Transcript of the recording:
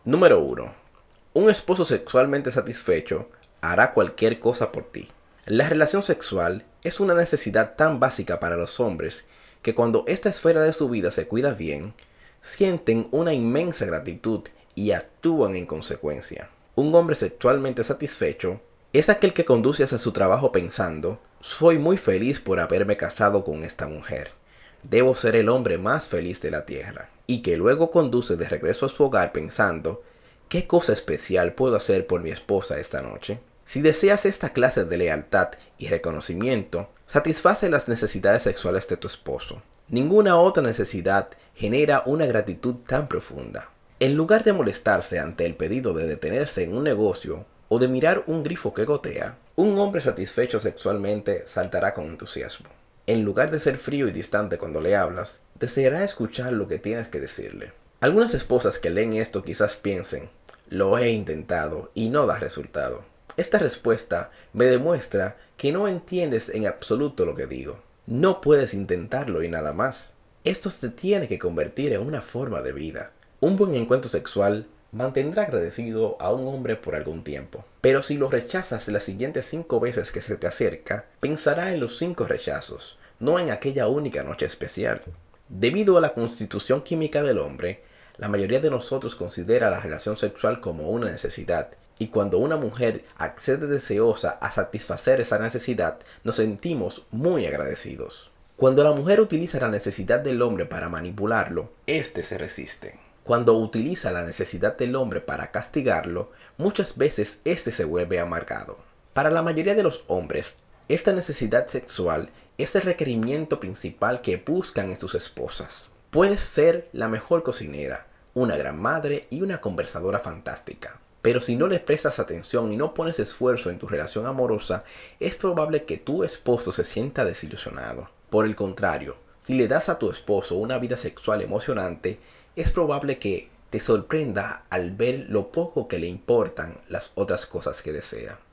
Número 1. Un esposo sexualmente satisfecho hará cualquier cosa por ti. La relación sexual es una necesidad tan básica para los hombres que cuando esta esfera de su vida se cuida bien, sienten una inmensa gratitud y actúan en consecuencia. Un hombre sexualmente satisfecho es aquel que conduce hacia su trabajo pensando: soy muy feliz por haberme casado con esta mujer. Debo ser el hombre más feliz de la tierra. Y que luego conduce de regreso a su hogar pensando: ¿qué cosa especial puedo hacer por mi esposa esta noche? Si deseas esta clase de lealtad y reconocimiento, satisface las necesidades sexuales de tu esposo. Ninguna otra necesidad genera una gratitud tan profunda. En lugar de molestarse ante el pedido de detenerse en un negocio o de mirar un grifo que gotea, un hombre satisfecho sexualmente saltará con entusiasmo. En lugar de ser frío y distante cuando le hablas, deseará escuchar lo que tienes que decirle. Algunas esposas que leen esto quizás piensen: lo he intentado y no da resultado. Esta respuesta me demuestra que no entiendes en absoluto lo que digo. No puedes intentarlo y nada más. Esto te tiene que convertir en una forma de vida. Un buen encuentro sexual mantendrá agradecido a un hombre por algún tiempo. Pero si lo rechazas las siguientes 5 veces que se te acerca, pensará en los 5 rechazos, no en aquella única noche especial. Debido a la constitución química del hombre, la mayoría de nosotros considera la relación sexual como una necesidad, y cuando una mujer accede deseosa a satisfacer esa necesidad, nos sentimos muy agradecidos. Cuando la mujer utiliza la necesidad del hombre para manipularlo, éste se resiste. Cuando utiliza la necesidad del hombre para castigarlo, muchas veces éste se vuelve amargado. Para la mayoría de los hombres, esta necesidad sexual es el requerimiento principal que buscan en sus esposas. Puedes ser la mejor cocinera, una gran madre y una conversadora fantástica. Pero si no le prestas atención y no pones esfuerzo en tu relación amorosa, es probable que tu esposo se sienta desilusionado. Por el contrario, si le das a tu esposo una vida sexual emocionante, es probable que te sorprenda al ver lo poco que le importan las otras cosas que desea.